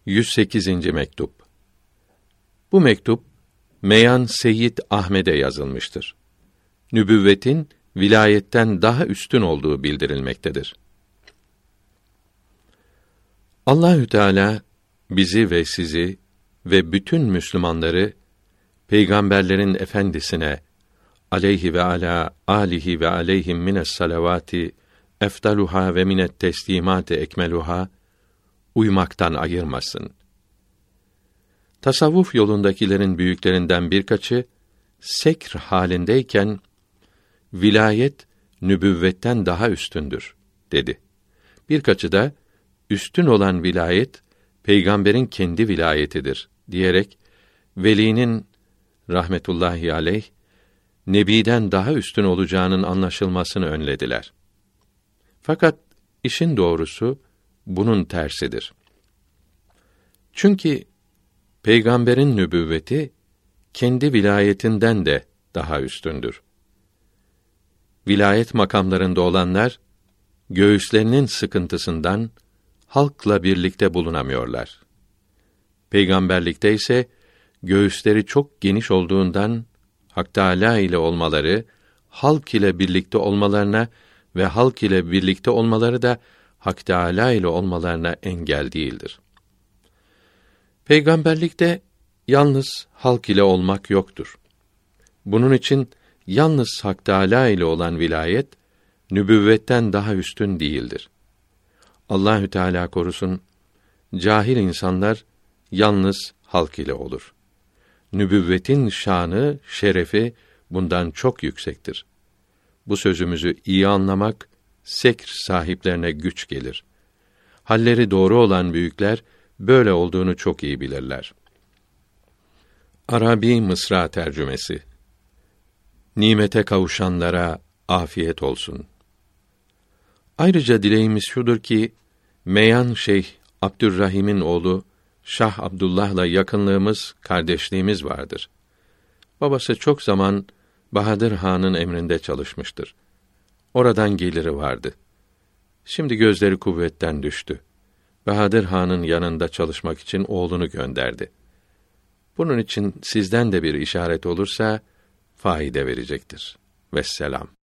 108. mektup. Bu mektup Meyan Seyyid Ahmed'e yazılmıştır. Nübüvvetin vilayetten daha üstün olduğu bildirilmektedir. Allahü Teala bizi ve sizi ve bütün Müslümanları peygamberlerin efendisine aleyhi ve ala alihi ve aleyhim mines salavati efdaluha ve minet teslimati ekmeluha uymaktan ayırmasın. Tasavvuf yolundakilerin büyüklerinden birkaçı sekr halindeyken vilayet nübüvvetten daha üstündür dedi. Birkaçı da üstün olan vilayet peygamberin kendi vilayetidir diyerek velinin rahmetullahi aleyh nebiden daha üstün olacağının anlaşılmasını önlediler. Fakat işin doğrusu bunun tersidir. Çünkü peygamberin nübüvveti kendi vilayetinden de daha üstündür. Vilayet makamlarında olanlar göğüslerinin sıkıntısından halkla birlikte bulunamıyorlar. Peygamberlikte ise göğüsleri çok geniş olduğundan Hak Teâlâ ile olmaları, halk ile birlikte olmalarına ve halk ile birlikte olmaları da Hak Teâlâ ile olmalarına engel değildir. Peygamberlikte yalnız halk ile olmak yoktur. Bunun için yalnız Hak Teâlâ ile olan vilayet nübüvvetten daha üstün değildir. Allahü Teala korusun, cahil insanlar yalnız halk ile olur. Nübüvvetin şanı, şerefi bundan çok yüksektir. Bu sözümüzü iyi anlamak sekr sahiplerine güç gelir. Halleri doğru olan büyükler böyle olduğunu çok iyi bilirler. Arabi Mısra tercümesi. Nimete kavuşanlara afiyet olsun. Ayrıca dileğimiz şudur ki Meyan Şeyh Abdurrahim'in oğlu Şah Abdullah'la yakınlığımız, kardeşliğimiz vardır. Babası çok zaman Bahadır Han'ın emrinde çalışmıştır. Oradan geliri vardı. Şimdi gözleri kuvvetten düştü. Bahadır Han'ın yanında çalışmak için oğlunu gönderdi. Bunun için sizden de bir işaret olursa faide verecektir. Vesselam.